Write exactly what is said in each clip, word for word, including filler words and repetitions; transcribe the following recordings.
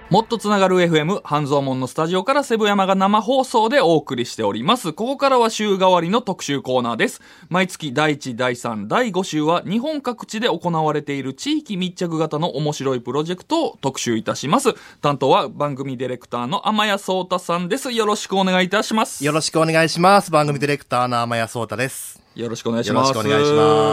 もっとつながる エフエム 半蔵門のスタジオからセブ山が生放送でお送りしております。ここからは週替わりの特集コーナーです。毎月だいいち、だいさん、だいご週は日本各地で行われている地域密着型の面白いプロジェクトを特集いたします。担当は番組ディレクターの天谷聡太さんです。よろしくお願いいたします。 よろしくお願いします。番組ディレクターの天谷聡太です。 よろしくお願いします。 よろしくお願いします。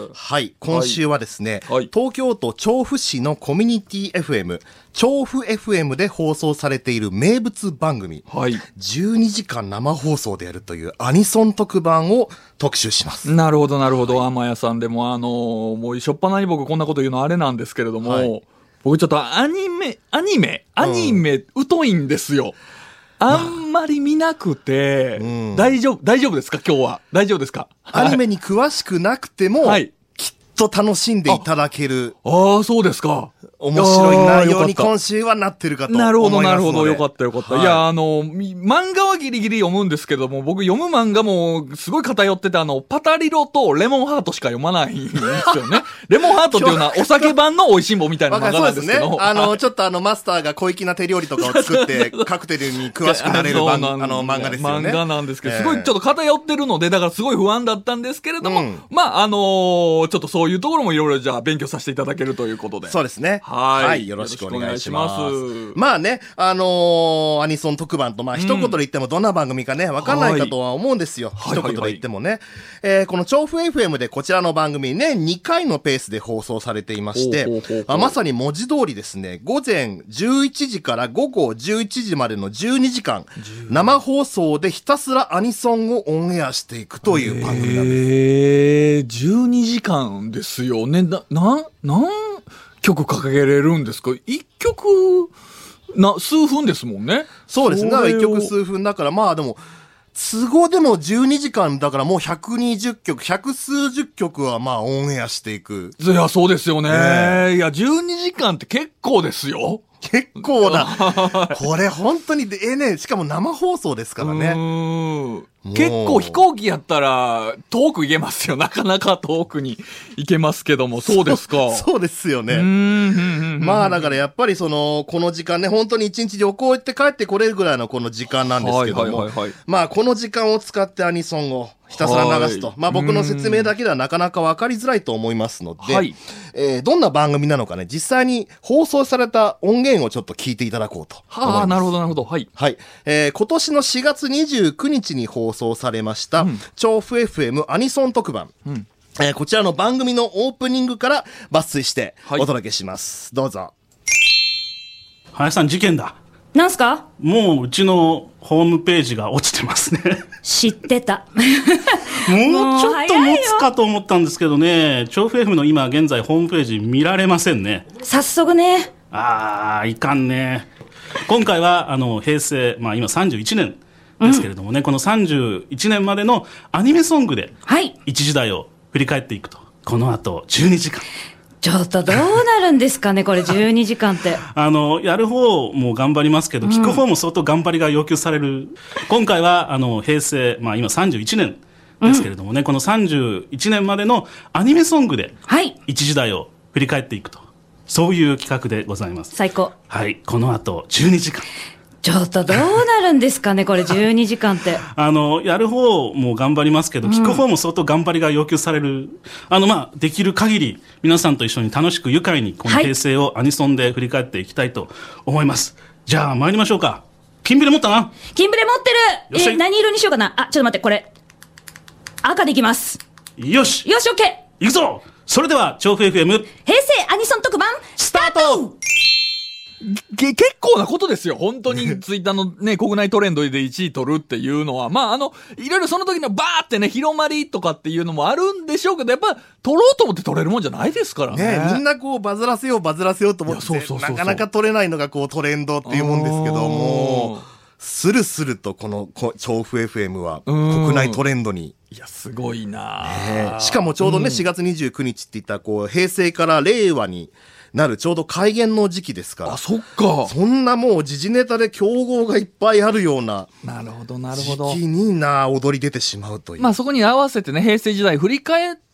はい、今週はですね、はい、東京都調布市のコミュニティ エフエム、調布 エフエム で放送されている名物番組、はい、じゅうにじかん生放送でやるというアニソン特番を特集します。 なるほどなるほど、はい、天谷さんでもあのー、もうしょっぱなに僕こんなこと言うのあれなんですけれども、はい、僕ちょっとアニメアニメアニメ疎いんですよ。あんまり見なくて、うん、大丈夫大丈夫ですか今日は。大丈夫ですか。 アニメに詳しくなくても、はい、きっと楽しんでいただける。 ああ、そうですか。 面白い内容に今週はなってるかと思いますので。 なるほどなるほど、よかったよかった、はい、いやあの漫画はギリギリ読むんですけども、僕読む漫画もすごい偏ってて、あのパタリロとレモンハートしか読まないんですよね。レモンハートっていうのはお酒版の美味しんぼみたいな漫画なんですけど、 そうですね、あのちょっとあのマスターが小粋な手料理とかを作ってカクテルに詳しくなれるあの漫画ですよね。 漫画なんですけど、すごいちょっと偏ってるので、だからすごい不安だったんですけれども、うん、まああのー、ちょっとそういうところもいろいろじゃあ勉強させていただけるということで。 そうですね。 はい、 はい、よろしくお願いします。まあね、あのー、アニソン特番と、まあ一言で言ってもどんな番組かね、わかんないかとは思うんですよ。はい、一言で言ってもね。はいはいはい、えー、この調布 エフエム でこちらの番組ね、にかいのペースで放送されていまして、ほうほうほうほう、あまさに文字通りですね、午前じゅういちじから午後じゅういちじまでのじゅうにじかん、生放送でひたすらアニソンをオンエアしていくという番組なんです。 へー、じゅうにじかんですよね。な、な、なん曲かけれるんですか。一曲な数分ですもんね。 そうですね。だから一曲数分だから、まあでも都合でもじゅうにじかんだからもうひゃくにじゅっきょく、百数十曲はまあオンエアしていく。 いや、そうですよね。ね、いや、じゅうにじかんって結構ですよ。 結構な。これ本当に、ええね、しかも生放送ですからね。うーん、結構飛行機やったら遠く行けますよ。なかなか遠くに行けますけども。そうですか。 そ, そうですよね。うーん、まあだからやっぱりそのこの時間ね、本当に一日旅行行って帰ってこれるぐらいのこの時間なんですけども、まあこの時間を使ってアニソンをひたすら流すと、まあ僕の説明だけではなかなか分かりづらいと思いますので、はい、えー、どんな番組なのかね、実際に放送された音源をちょっと聞いていただこうと思います。 はあ、なるほどなるほど。はい。 はい。えー、今年のしがつにじゅうくにちに放送されました、うん、調布 エフエム アニソン特番。うん、えー、こちらの番組のオープニングから抜粋してお届けします。はい、どうぞ。 林さん、事件だ。 なんすか？ もううちのホームページが落ちてますね。 知ってた。 もうちょっと持つかと思ったんですけどね、調布 エフエム の今現在ホームページ見られませんね。 早速ね。 あー、いかんね。今回はあの平成、まあ今さんじゅういちねんですけれどもね、うん、このさんじゅういちねんまでのアニメソングで一時代を振り返っていくと。この後じゅうにじかん。 ちょっとどうなるんですかね、これじゅうにじかんって。 あの、やる方も頑張りますけど、うん、聞く方も相当頑張りが要求される。今回は、あの、平成、まあ今さんじゅういちねんですけれどもね、うん、このさんじゅういちねんまでのアニメソングで、一時代を振り返っていくと。そういう企画でございます。 最高。 はい。この後じゅうにじかん。 ちょっとどうなるんですかね、これじゅうにじかんって。 あの、やる方も頑張りますけど、聞く方も相当頑張りが要求される。あの、まあ、できる限り、皆さんと一緒に楽しく愉快に、この平成をアニソンで振り返っていきたいと思います。はい、じゃあ、参りましょうか。金ビレ持ったな。 金ビレ持ってる。えー、何色にしようかな。あ、ちょっと待って、これ。赤でいきます。 よし。 よし、オッケー。 いくぞ。それでは、調布 エフエム。 平成アニソン特番、スタート。 結構なことですよ。本当にツイッターのね、国内トレンドでいちい取るっていうのは、まああの、いろいろその時のバーってね、広まりとかっていうのもあるんでしょうけど、やっぱ取ろうと思って取れるもんじゃないですからね。 ね、みんなこうバズらせようバズらせようと思って、そうそうそうそう、なかなか取れないのがこうトレンドっていうもんですけども、スルスルとこの調布 エフエム は国内トレンドに。 いや、すごいな、 ね、しかもちょうどね、しがつにじゅうくにちっていったこう平成から令和になるちょうど改元の時期ですから。 あ、そっか。 そんなもう時事ネタで競合がいっぱいあるような。 なるほど、なるほど。 時期にな、踊り出てしまうという。 まあそこに合わせてね、平成時代振り返って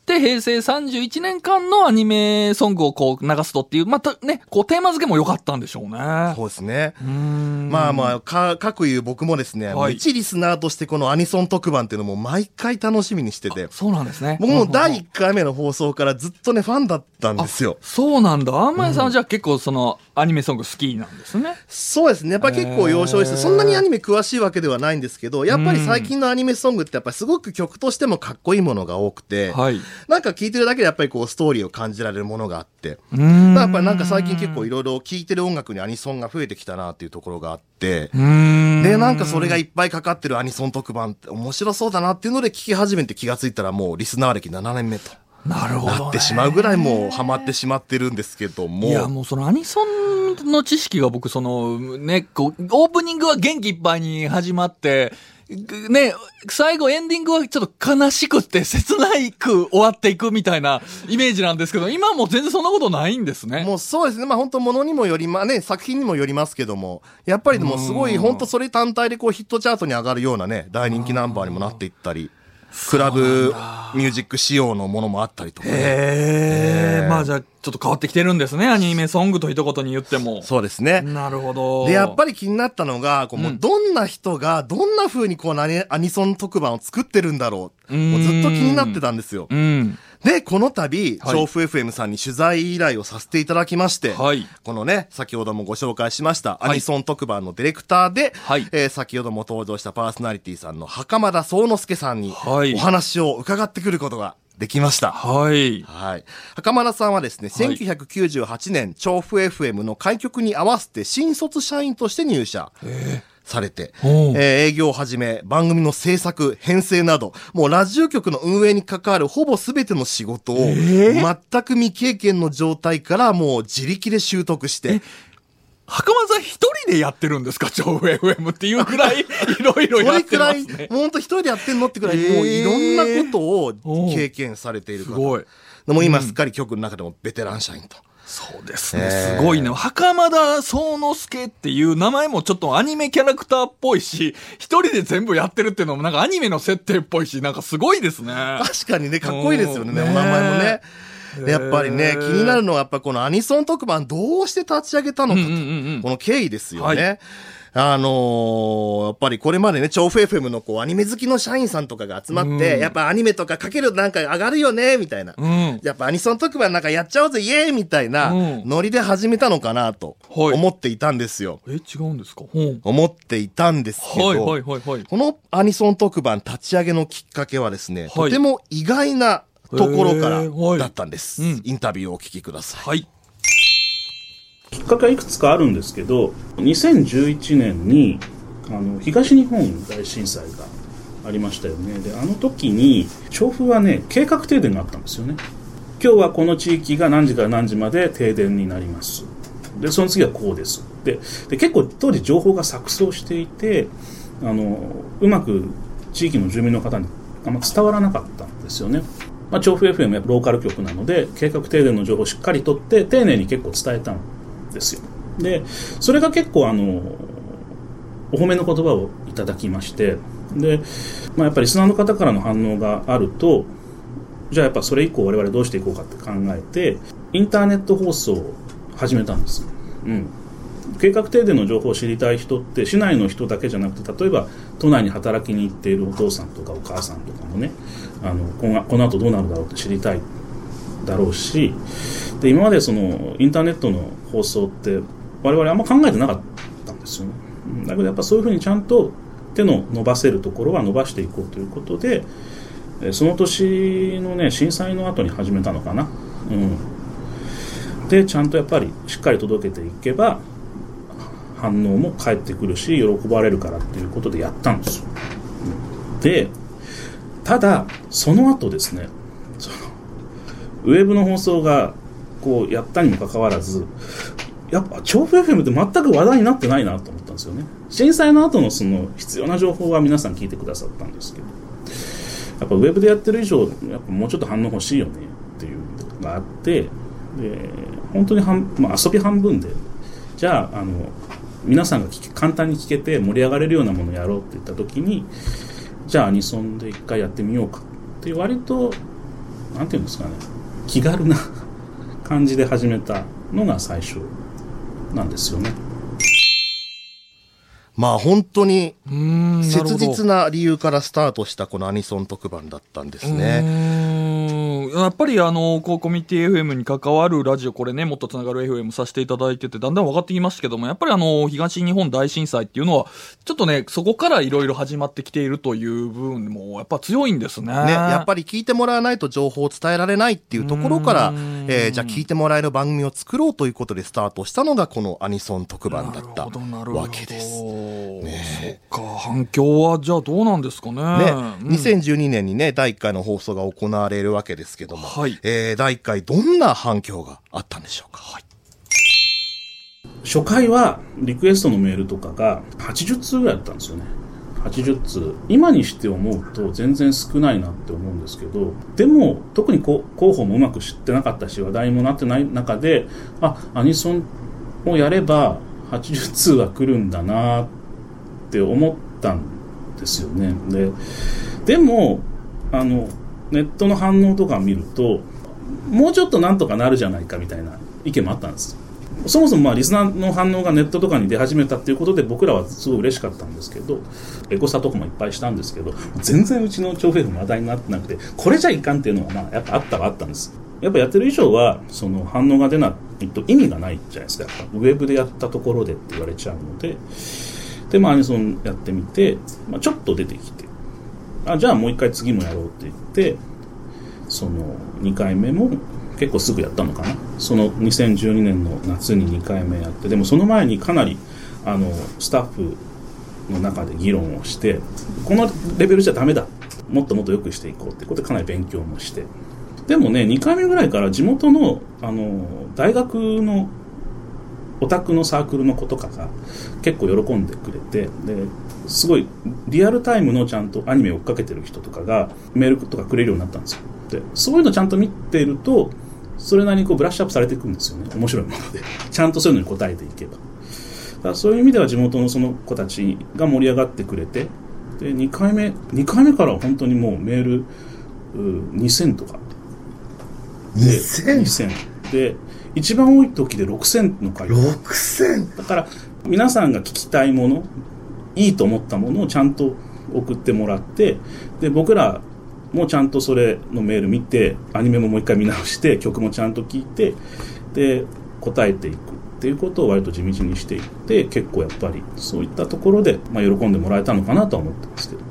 してへいせいさんじゅういちねんかんのアニメソングをこう流すとっていう、またね、こうテーマ付けも良かったんでしょうね。 そうですね。 うーんまあまあ、か、各言う僕もですね、 はいもう一リスナーとしてこのアニソン特番っていうのも毎回楽しみにしてて。 そうなんですね。 僕もだいいっかいめの放送からずっとね、ファンだったんですよ。 そうなんだ。あんまりさんはじゃあ結構そのアニメソング好きなんですね。 そうですね。やっぱり結構要所です。そんなにアニメ詳しいわけではないんですけど、やっぱり最近のアニメソングってやっぱりすごく曲としてもかっこいいものが多くて、 はい。 なんか聴いてるだけでやっぱりこうストーリーを感じられるものがあって、 うーん。 やっぱりなんか最近結構いろいろ聴いてる音楽にアニソンが増えてきたなっていうところがあって、 うーん。 で、なんかそれがいっぱいかかってるアニソン特番って面白そうだなっていうので聴き始めて気がついたらもうリスナー歴ななねんめと。 なるほど、ね。 なってしまうぐらいもうハマってしまってるんですけども。 いや、もうそのアニソンの知識が僕、その、ね、こう、オープニングは元気いっぱいに始まって、ね、最後エンディングはちょっと悲しくって切ないく終わっていくみたいなイメージなんですけど、今はもう全然そんなことないんですね。 もうそうですね。まあ本当物にもよりまあね、作品にもよりますけども、やっぱりでもすごい本当それ単体でこうヒットチャートに上がるようなね、大人気ナンバーにもなっていったり、クラブミュージック仕様のものもあったりとか、ね。 へー。まあじゃあちょっと変わってきてるんですね。アニメソングと一言に言っても。 そうですね。 なるほど。 で、やっぱり気になったのが、こうもうどんな人が、どんな風にこうアニ、アニソン特番を作ってるんだろう。もうずっと気になってたんですよ。 うん。 で、この度、 はい調布 エフエム さんに取材依頼をさせていただきまして、 はい。 このね、先ほどもご紹介しました、 いアニソン特番のディレクターで、 はいえー先ほども登場したパーソナリティさんの袴田宗之助さんに、 はいお話を伺ってくることができました。 はい。 はい。袴田さんはですね、 はいせんきゅうひゃくきゅうじゅうはちねん、調布 エフエム の開局に合わせて新卒社員として入社。されて、えおうー営業をはじめ、番組の制作、編成など、もうラジオ局の運営に関わるほぼ全ての仕事を、全く未経験の状態からもう自力で習得して、 袴田さん一人でやってるんですか、調布 エフエム っていうくらいいろいろそやってれくらい、 ますね。 もうほんと一人でやってんのってくらい、もういろんなことを経験されている方。 すごい。 でも今すっかり局の中でもベテラン社員と。 そうですね。 えーすごいね。袴田宗之助っていう名前もちょっとアニメキャラクターっぽいし、一人で全部やってるっていうのもなんかアニメの設定っぽいし、なんかすごいですね。 確かにね、かっこいいですよね、 うんお名前もね。でやっぱりね、 へー気になるのはやっぱこのアニソン特番どうして立ち上げたのかと、 うんうんうんうんこの経緯ですよね。 はいあのー、やっぱりこれまでね、調布 エフエム のこうアニメ好きの社員さんとかが集まって、 うんやっぱアニメとかかけるとなんか上がるよね、みたいな。 うん。 やっぱアニソン特番なんかやっちゃおうぜ、イエーイみたいなうんノリで始めたのかなとはい思っていたんですよ。 え、違うんですか？うん。 思っていたんですけど、 はいはいはいはい。 このアニソン特番立ち上げのきっかけはですね、 はいとても意外なところからへーはいだったんです。 うんインタビューをお聞きください。 はい。 きっかけはいくつかあるんですけど、にせんじゅういちねんにあの東日本大震災がありましたよね。であの時に調布はね、計画停電があったんですよね。今日はこの地域が何時から何時まで停電になります。でその次はこうです。でで結構当時情報が錯綜していて、あのうまく地域の住民の方にあんま伝わらなかったんですよね。まあ、調布 エフエム やローカル局なので計画停電の情報をしっかりとって丁寧に結構伝えたんですよ。でそれが結構あのお褒めの言葉をいただきまして、で、まあ、やっぱりリスナーの方からの反応があると、じゃあやっぱそれ以降我々どうしていこうかって考えてインターネット放送を始めたんです。うん、計画停電の情報を知りたい人って市内の人だけじゃなくて、例えば都内に働きに行っているお父さんとかお母さんとかもね、あのこのこの後どうなるだろうって知りたいだろうし、で今までそのインターネットの放送って我々あんま考えてなかったんですよね。だけどやっぱそういうふうにちゃんと手の伸ばせるところは伸ばしていこうということで、その年のね震災の後に始めたのかな、うん、でちゃんとやっぱりしっかり届けていけば反応も返ってくるし喜ばれるからっていうことでやったんですよ。でただその後ですね、そのウェブの放送がこうやったにもかかわらず、やっぱ調布 エフエム って全く話題になってないなと思ったんですよね。震災の後のその必要な情報は皆さん聞いてくださったんですけど、やっぱウェブでやってる以上やっぱもうちょっと反応欲しいよねっていうのがあって、で本当に半、まあ、遊び半分でじゃあ、あの皆さんが聞け簡単に聞けて盛り上がれるようなものをやろうって言った時に、じゃあアニソンで一回やってみようかっていう割となんていうんですかね、気軽な感じで始めたのが最初なんですよね。 まあ本当に切実な理由からスタートしたこのアニソン特番だったんですね。 うーんやっぱりあのこうコミュニティ エフエム に関わるラジオ、これねもっとつながる エフエム させていただいててだんだん分かってきましたけども、やっぱりあの東日本大震災っていうのはちょっとねそこからいろいろ始まってきているという部分もやっぱ強いんですね。 ね、やっぱり聞いてもらわないと情報を伝えられないっていうところから、えー、じゃあ聞いてもらえる番組を作ろうということでスタートしたのがこのアニソン特番だったわけです。 ね、そっか、反響はじゃあどうなんですかね。 ね、 うん、 にせんじゅうにねんにねだいいっかいの放送が行われるわけですけども、 はい、 えー、だいいっかいどんな反響があったんでしょうか。はい、 初回はリクエストのメールとかがはちじゅっつうぐらいだったんですよね。はちじゅっつう、今にして思うと全然少ないなって思うんですけど、でも特にこ広報もうまく知ってなかったし話題にもなってない中で、あ、アニソンをやればはちじゅっつうは来るんだなって思ったんですよね。で、でもあのネットの反応とか見るともうちょっとなんとかなるじゃないかみたいな意見もあったんです。そもそもまあリスナーの反応がネットとかに出始めたっていうことで僕らはすごい嬉しかったんですけど、エゴサとかもいっぱいしたんですけど全然うちの調布 エフエム話題になってなくて、これじゃいかんっていうのはまあやっぱあったはあったんです。やっぱやってる以上はその反応が出ないと意味がないじゃないですか。やっぱウェブでやったところでって言われちゃうので、でまあアニソンやってみて、まあ、ちょっと出てきて、あじゃあもう一回次もやろうって言って、そのにかいめも結構すぐやったのかな。そのにせんじゅうにねんの夏ににかいめやって、でもその前にかなりあのスタッフの中で議論をして、このレベルじゃダメだ、もっともっと良くしていこうってことでかなり勉強もして、でもねにかいめぐらいから地元のあの大学のオタクのサークルの子とかが結構喜んでくれて、ですごいリアルタイムのちゃんとアニメを追っかけてる人とかがメールとかくれるようになったんですよ。でそういうのちゃんと見ているとそれなりにこうブラッシュアップされていくんですよね。面白いものでちゃんとそういうのに答えていけば、だからそういう意味では地元のその子たちが盛り上がってくれて、でにかいめにかいめからは本当にもうメールにせんとかでにせん? にせんで一番多い時でろくせんの回、 ろくせんだから皆さんが聞きたいもの、いいと思ったものをちゃんと送ってもらって、で僕らもちゃんとそれのメール見てアニメももう一回見直して曲もちゃんと聞いてで答えていくっていうことを割と地道にしていって、結構やっぱりそういったところで、まあ、喜んでもらえたのかなとは思ってますけど。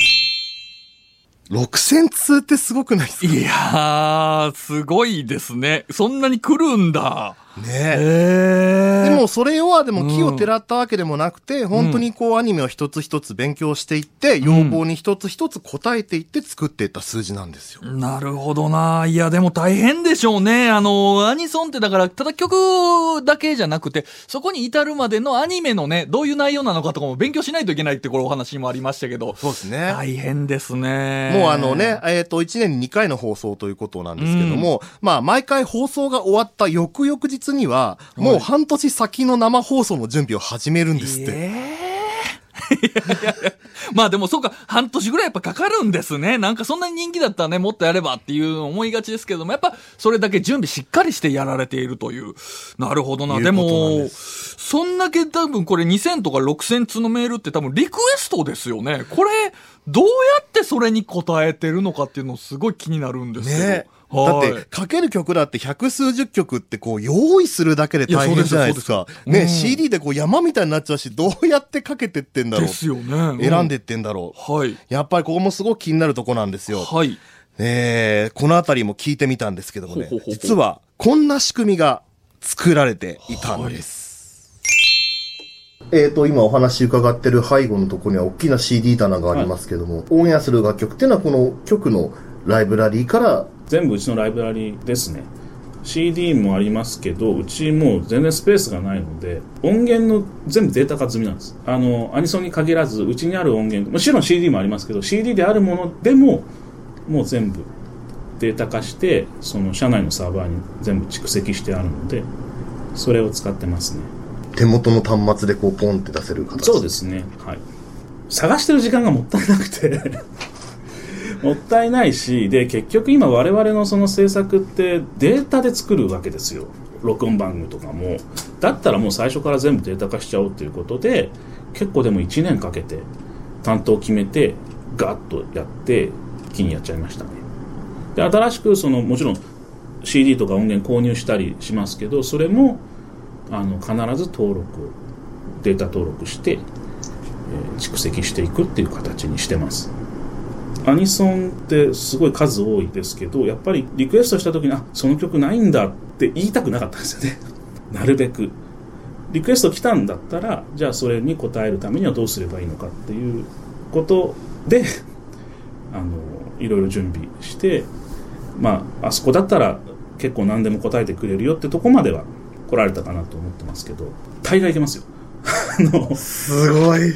ろくせんつうってすごくないですか？ いやーすごいですね。そんなに来るんだねえ。でもそれはでも木をてらったわけでもなくて、うん、本当にこうアニメを一つ一つ勉強していって、うん、要望に一つ一つ答えていって作っていった数字なんですよ。 なるほどな。いやでも大変でしょうね。あのアニソンってだからただ曲だけじゃなくて、そこに至るまでのアニメのねどういう内容なのかとかも勉強しないといけないってこれお話もありましたけど、 そうですね。 大変ですね。 もうあのね、えっといちねんににかいの放送ということなんですけども、うん、まあ毎回放送が終わった翌々日にはもう半年先の生放送の準備を始めるんですって。えーいやいやいやまあでもそうか、半年ぐらいやっぱかかるんですね。なんかそんなに人気だったらねもっとやればっていう思いがちですけども、やっぱそれだけ準備しっかりしてやられているという。なるほどな。でもそんだけ多分これにせんとかろくせんつのメールって多分リクエストですよね。これどうやってそれに答えてるのかっていうのすごい気になるんですけど、ね、 だってかける曲だって百数十曲ってこう用意するだけで大変じゃないですか。ね、うん、シーディー でこう山みたいになっちゃうし、どうやってかけてってんだろう。 ですよね。うん、 選んでってんだろう。はい。やっぱりここもすごく気になるとこなんですよ。はい。えー、このあたりも聞いてみたんですけどもね、ほうほうほうほう、実はこんな仕組みが作られていたんです。はい、えーと、今お話伺ってる背後のところには大きな シーディー 棚がありますけども、はい、オンエアする楽曲っていうのはこの曲のライブラリーから全部うちのライブラリーですね。 シーディー もありますけど、うちもう全然スペースがないので音源の全部データ化済みなんです。あのアニソンに限らずうちにある音源、もちろん シーディー もありますけど シーディー であるものでももう全部データ化してその社内のサーバーに全部蓄積してあるので、それを使ってますね。 手元の端末でこうポンって出せる形。 そうですね、はい。探してる時間がもったいなくてもったいないし、で結局今我々のその制作ってデータで作るわけですよ。録音番組とかもだったらもう最初から全部データ化しちゃおうということで、結構でもいちねんかけて担当を決めてガッとやって一気にやっちゃいましたね。で新しくそのもちろん シーディー とか音源購入したりしますけど、それもあの必ず登録データ登録して、えー、蓄積していくっていう形にしてます。アニソンってすごい数多いですけど、やっぱりリクエストした時にあその曲ないんだって言いたくなかったんですよね。なるべくリクエスト来たんだったら、じゃあそれに応えるためにはどうすればいいのかっていうことであのいろいろ準備して、まああそこだったら結構何でも答えてくれるよってとこまでは来られたかなと思ってますけど、大概いけますよ。あのすごい。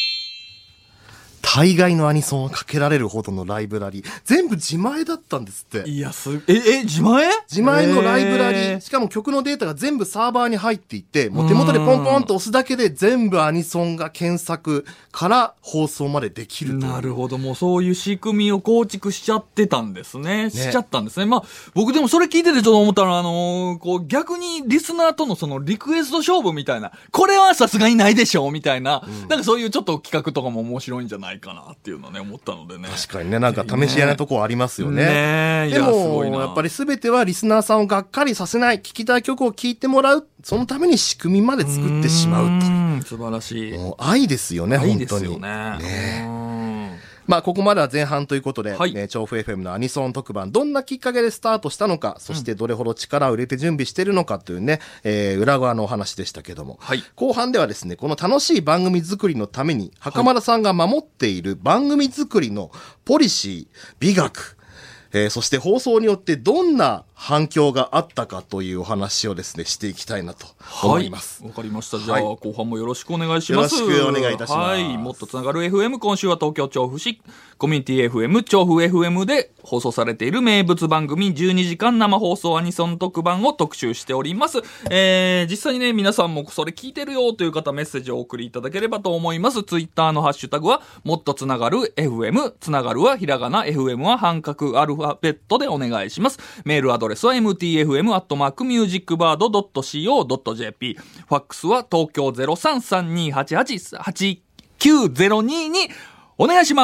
大概のアニソンをかけられるほどのライブラリー、全部自前だったんですって。 いやすええ自前自前のライブラリー、しかも曲のデータが全部サーバーに入っていて、もう手元でポンポンと押すだけで全部アニソンが検索から放送までできると。 なるほど、もうそういう仕組みを構築しちゃってたんですね。ねしちゃったんですね。まあ僕でもそれ聞いててちょっと思ったのは、あのー、こう逆にリスナーとのそのリクエスト勝負みたいな、これはさすがにないでしょみたいな、うん、なんかそういうちょっと企画とかも面白いんじゃないかなっていうのはね思ったのでね。 確かにね、なんか試しやなとこありますよね。 ねねでもやっぱり全てはリスナーさんをがっかりさせない、聴きたい曲を聴いてもらう、そのために仕組みまで作ってしまうという。 素晴らしい。 もう愛ですよね、 愛本当に。 ですよね。 ねまあここまでは前半ということで、はいね、調布 エフエム のアニソン特番、どんなきっかけでスタートしたのか、そしてどれほど力を入れて準備しているのかというね、えー、裏側のお話でしたけども、はい、後半ではですね、この楽しい番組作りのために袴田さんが守っている番組作りのポリシー、美学、えー、そして放送によってどんな反響があったかというお話をですねしていきたいなと思います。 わ、はい、かりました。じゃあ、はい、後半もよろしくお願いします。 よろしくお願いいたします。 はい、もっとつながる エフエム、今週は東京調布市コミュニティ エフエム 調布 エフエム で放送されている名物番組じゅうにじかん生放送アニソン特番を特集しております。えー、実際にね皆さんもそれ聞いてるよという方メッセージをお送りいただければと思います。ツイッターのハッシュタグはもっとつながる エフエム、 つながるはひらがな、 エフエム は半角アルファベットでお願いします。メールアドレスは エムティーエフエム アットマークミュージックバード ドットシーオー ドット ジェーピー、 ファックスは東京 ゼロさんさんにーはちはちはちきゅうゼロにー にお願いします。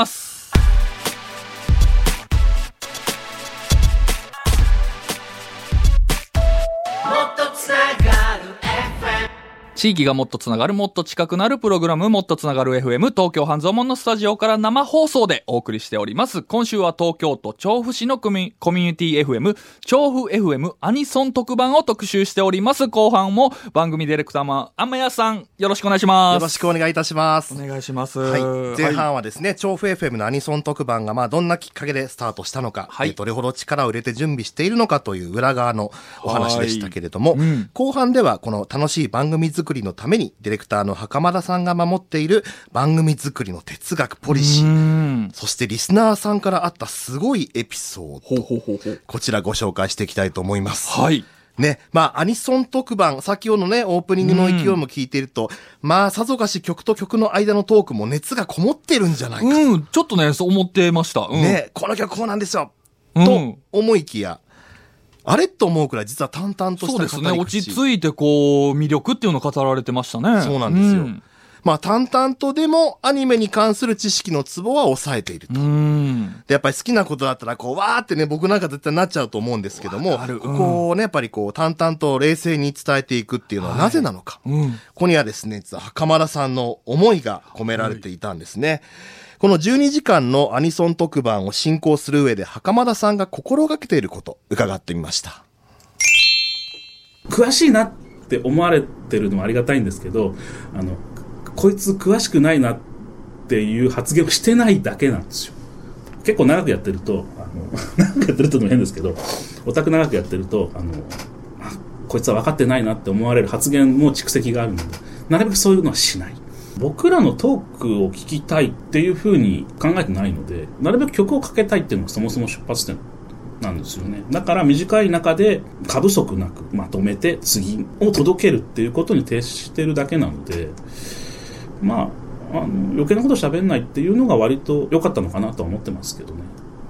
地域がもっとつながる、もっと近くなるプログラム、もっとつながる エフエム、東京半蔵門のスタジオから生放送でお送りしております。今週は東京都調布市のコミュニティ エフエム、調布 エフエム アニソン特番を特集しております。後半も番組ディレクターの天谷さん、よろしくお願いします。 よろしくお願いいたします。 お願いします。 はい、前半はですね、はい、調布 エフエム のアニソン特番がまあどんなきっかけでスタートしたのか、はい、どれほど力を入れて準備しているのかという裏側のお話でしたけれども、うん、後半ではこの楽しい番組作りのためにディレクターの袴田さんが守っている番組作りの哲学、ポリシー、そしてリスナーさんからあったすごいエピソード、ほうほうほうほう、こちらご紹介していきたいと思います。 はい。 ね、まあアニソン特番、先ほどのねオープニングの勢いも聞いていると、まあさぞかし曲と曲の間のトークも熱がこもってるんじゃないか、 うん、ちょっとねそう思ってました、うん、 ね、この曲こうなんですよ、うん、と思いきや、あれと思うくらい実は淡々とした語り口。 そうですね、落ち着いてこう魅力っていうのを語られてましたね。 そうなんですよ、うん、まあ淡々とでもアニメに関する知識のツボは抑えていると。うんでやっぱり好きなことだったらこうわーってね、僕なんか絶対なっちゃうと思うんですけども、うん、こうねやっぱりこう淡々と冷静に伝えていくっていうのはなぜなのか、はい、うん、ここにはですね実は袴田さんの思いが込められていたんですね、はい。このじゅうにじかんのアニソン特番を進行する上で袴田さんが心がけていること伺ってみました。 詳しいなって思われてるのもありがたいんですけど、あのこいつ詳しくないなっていう発言をしてないだけなんですよ。結構長くやってると、あの長くやってるとも変ですけど、オタク長くやってると、あのあこいつは分かってないなって思われる発言も蓄積があるので、なるべくそういうのはしない。僕らのトークを聞きたいっていうふうに考えてないので、なるべく曲をかけたいっていうのがそもそも出発点なんですよね。だから短い中で過不足なくまとめて次を届けるっていうことに徹してるだけなので、まあ、あの余計なこと喋んないっていうのが割と良かったのかなとは思ってますけどね。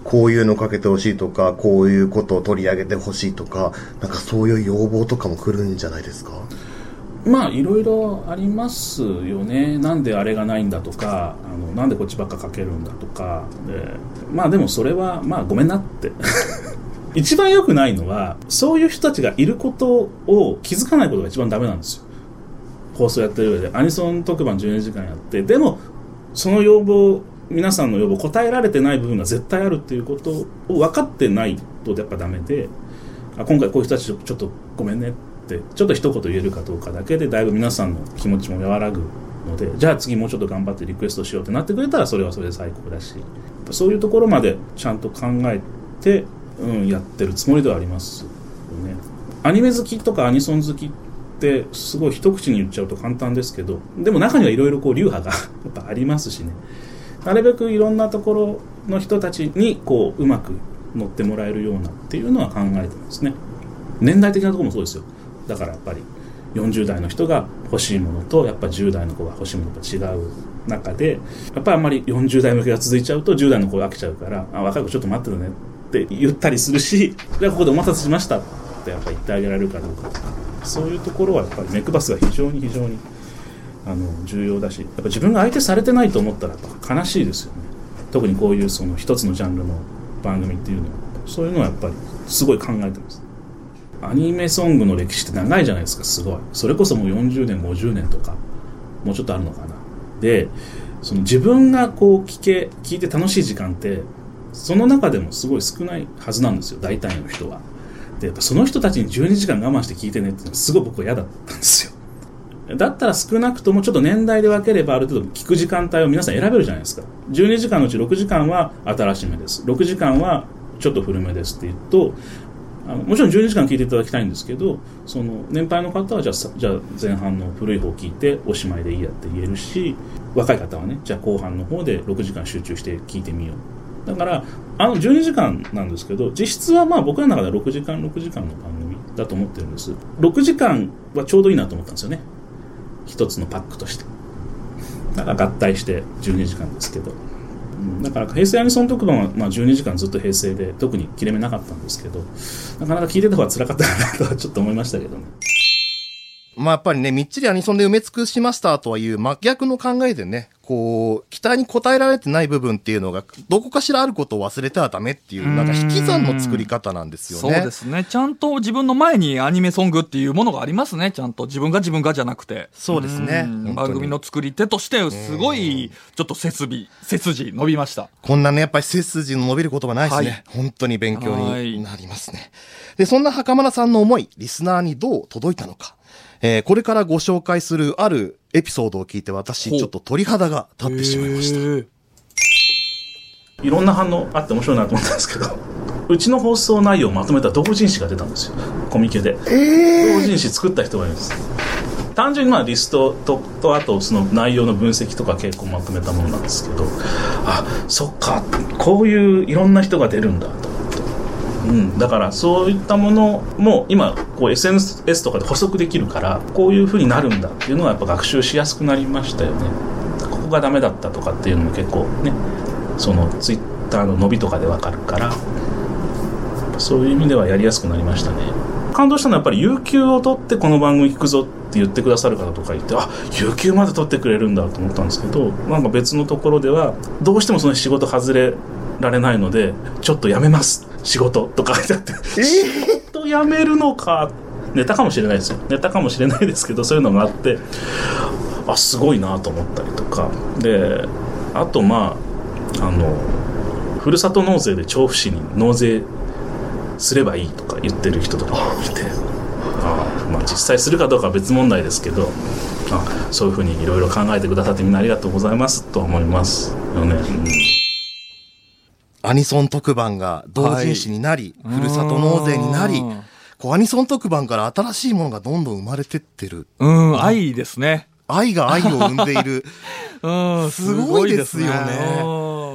こういうのかけてほしいとか、こういうことを取り上げてほしいとか、なんかそういう要望とかも来るんじゃないですか？ まあいろいろありますよね。なんであれがないんだとか、あのなんでこっちばっかかけるんだとかで、まあでもそれはまあごめんなって一番良くないのはそういう人たちがいることを気づかないことが一番ダメなんですよ。放送やってる上でアニソン特番じゅうにじかんやって、でもその要望、皆さんの要望答えられてない部分が絶対あるっていうことを分かってないとやっぱダメで、あ今回こういう人たちちょっとごめんねってちょっと一言言えるかどうかだけでだいぶ皆さんの気持ちも和らぐので、じゃあ次もうちょっと頑張ってリクエストしようってなってくれたらそれはそれで最高だし、そういうところまでちゃんと考えて、うん、やってるつもりではありますよね。アニメ好きとかアニソン好きってすごい一口に言っちゃうと簡単ですけど、でも中にはいろいろこう流派がやっぱありますしね、なるべくいろんなところの人たちにこううまく乗ってもらえるようなっていうのは考えてますね。年代的なところもそうですよ。だからやっぱりよんじゅう代の人が欲しいものとやっぱじゅう代の子が欲しいものと違う中で、やっぱりあんまりよんじゅう代向けが続いちゃうとじゅう代の子が飽きちゃうから、あ若い子ちょっと待ってるねって言ったりするし、じゃあここでお待たせしましたってやっぱ言ってあげられるかどうかとか、そういうところはやっぱり目配すが非常に非常にあの重要だし、やっぱ自分が相手されてないと思ったらやっぱ悲しいですよね。特にこういうその一つのジャンルの番組っていうのは、そういうのはやっぱりすごい考えてます。アニメソングの歴史って長いじゃないですか。すごい、それこそもうよんじゅうねんごじゅうねんとかもうちょっとあるのかな。でその自分がこう聞け聞いて楽しい時間ってその中でもすごい少ないはずなんですよ、大体の人は。でやっぱその人たちにじゅうにじかん我慢して聞いてねっていうのはすごい僕は嫌だったんですよ。だったら少なくともちょっと年代で分ければある程度聞く時間帯を皆さん選べるじゃないですか。じゅうにじかんのうちろくじかんは新しめです、ろくじかんはちょっと古めですって言うと、あのもちろんじゅうにじかん聞いていただきたいんですけど、その年配の方はじゃあ、じゃあ前半の古い方聞いておしまいでいいやって言えるし、若い方はねじゃあ後半の方でろくじかん集中して聞いてみよう。だからあのじゅうにじかんなんですけど、実質はまあ僕らの中ではろくじかんろくじかんの番組だと思ってるんです。ろくじかんはちょうどいいなと思ったんですよね、一つのパックとして。だから合体してじゅうにじかんですけど、だから平成アニソン特番はまあじゅうにじかんずっと平成で特に切れ目なかったんですけど、なかなか聞いてた方が辛かったなとはちょっと思いましたけどね。 まあやっぱりね、みっちりアニソンで埋め尽くしましたとはいう真逆の考えでね、こう期待に応えられてない部分っていうのがどこかしらあることを忘れてはダメっていう、なんか引き算の作り方なんですよね。 そうですね。ちゃんと自分の前にアニメソングっていうものがありますね。ちゃんと自分が自分がじゃなくて。 そうですね。 番組の作り手としてすごいちょっと背筋背筋伸びました。 こんなねやっぱり背筋の伸びる言葉ないですね。はい、本当に勉強になりますね。でそんな袴田さんの思い、リスナーにどう届いたのか。えー、これからご紹介するあるエピソードを聞いて私ちょっと鳥肌が立ってしまいました。 いろんな反応あって面白いなと思ったんですけど、うちの放送内容をまとめた同人誌が出たんですよ、コミケで。同人誌作った人がいるんです。単純にまあリスト と, とあとその内容の分析とか結構まとめたものなんですけど、あそっかこういういろんな人が出るんだと。うん、だからそういったものも今こう エスエヌエス とかで補足できるから、こういう風になるんだっていうのはやっぱ学習しやすくなりましたよね。ここがダメだったとかっていうのも結構ね、そのツイッターの伸びとかでわかるから、そういう意味ではやりやすくなりましたね。感動したのはやっぱり有給を取ってこの番組聞くぞって言ってくださる方とかいて、あ有給まで取ってくれるんだと思ったんですけど、なんか別のところではどうしてもその仕事外れられないのでちょっとやめます仕事とか書いてあって、えー、仕事辞めるのか、ネタかもしれないですよ、ネタかもしれないですけど、そういうのがあって、あすごいなと思ったりとかで、あとまああのふるさと納税で調布市に納税すればいいとか言ってる人とかいて、あ、まあ、実際するかどうかは別問題ですけど、あそういうふうにいろいろ考えてくださってみんなありがとうございますと思いますよね。うん、 アニソン特番が同人誌になり、はい、ふるさと納税になり、こうアニソン特番から新しいものがどんどん生まれてってる。 うん、愛ですね。 愛が愛を生んでいる。 うん、 すごいですよね。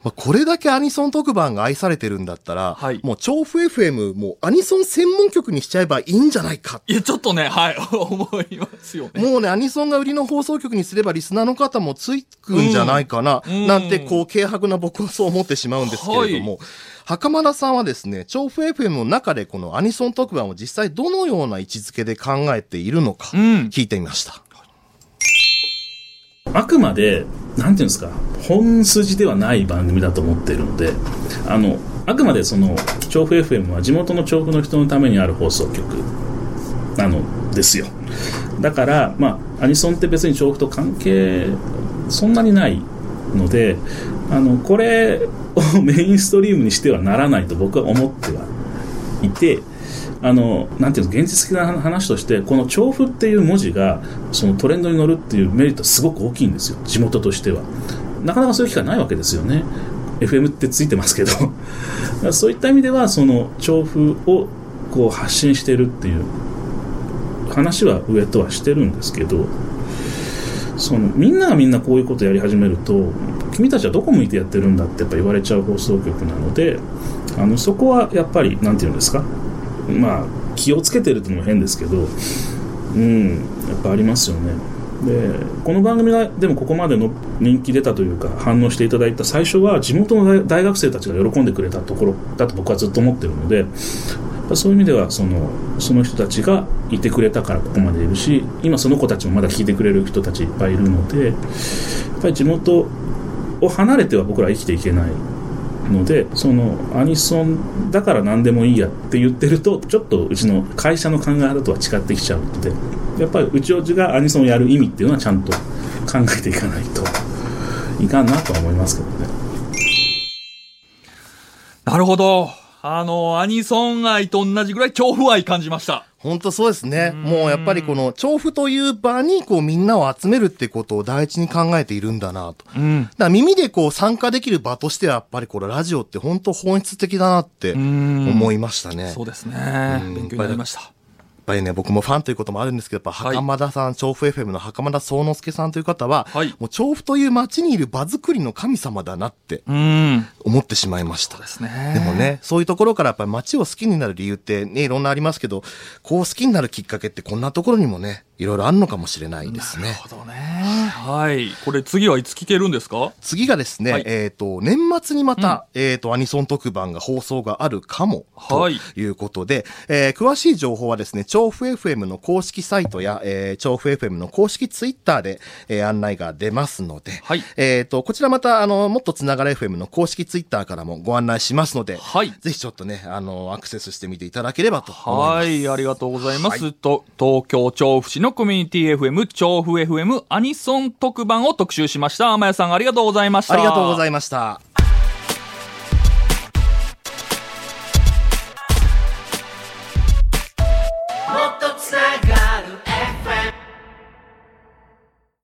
まあ、これだけアニソン特番が愛されてるんだったら、はい、もう調布 エフエム もうアニソン専門局にしちゃえばいいんじゃないか。 いや、ちょっとね、はい、思いますよね。 もうね、アニソンが売りの放送局にすればリスナーの方もついくんじゃないかな、うん、なんてこう、軽薄な僕はそう思ってしまうんですけれども、はい、袴田さんはですね、調布 エフエム の中でこのアニソン特番を実際どのような位置づけで考えているのか、聞いてみました。 うん、あくまで、なんていうんですか、本筋ではない番組だと思っているので、あのあくまでその調布 エフエム は地元の調布の人のためにある放送局なのですよ。だから、まあ、アニソンって別に調布と関係そんなにないので、あのこれをメインストリームにしてはならないと僕は思ってはいて、あのなんていうの、現実的な話としてこの調布っていう文字がそのトレンドに乗るっていうメリットはすごく大きいんですよ、地元としては。なかなかそういう機会ないわけですよね。 エフエム ってついてますけどそういった意味ではその調布をこう発信してるっていう話は上とはしてるんですけど、そのみんながみんなこういうことやり始めると、君たちはどこ向いてやってるんだってやっぱ言われちゃう放送局なので、あのそこはやっぱりなんていうんですか、まあ気をつけてるっていうのも変ですけど、うん、やっぱありますよね。でこの番組がでもここまでの人気出たというか反応していただいた最初は地元の大学生たちが喜んでくれたところだと僕はずっと思ってるので、そういう意味ではその、その人たちがいてくれたからここまでいるし、今その子たちもまだ聞いてくれる人たちいっぱいいるので、やっぱり地元を離れては僕らは生きていけないので、そのアニソンだから何でもいいやって言ってるとちょっとうちの会社の考え方とは違ってきちゃうので、やっぱりうちおちがアニソンをやる意味っていうのはちゃんと考えていかないといかんなとは思いますけどね。 なるほど。あのアニソン愛と同じぐらい調布愛感じました。 本当そうですね。もうやっぱりこの調布という場にこうみんなを集めるってことを第一に考えているんだなと。うん、だから耳でこう参加できる場としてはやっぱりこれラジオって本当本質的だなって思いましたね。 そうですね。勉強になりました。 やっぱりね、僕もファンということもあるんですけど、やっぱ袴田さん、はい、調布 エフエム の袴田宗之助さんという方は、はい、もう調布という街にいる場作りの神様だなって思ってしまいました。 そうですね。 でもね、そういうところからやっぱり街を好きになる理由ってね、いろんなありますけど、こう好きになるきっかけってこんなところにもね、いろいろあるのかもしれないですね。 なるほどね。はい。これ次はいつ聞けるんですか？ 次がですね、はい、えっと、年末にまた、うん、えっと、アニソン特番が放送があるかも、ということで、はい、えー、詳しい情報はですね、調布 エフエム の公式サイトや、えー、調布 エフエム の公式ツイッターで、えー、案内が出ますので、はい、えっと、こちらまた、あの、もっとつながる エフエム の公式ツイッターからもご案内しますので、はい、ぜひちょっとね、あの、アクセスしてみていただければと思います。 はい、ありがとうございます。はい、と東京調布市のコミュニティ エフエム 調布 エフエム アニソン特番を特集しました。天谷さんありがとうございました。 ありがとうございました。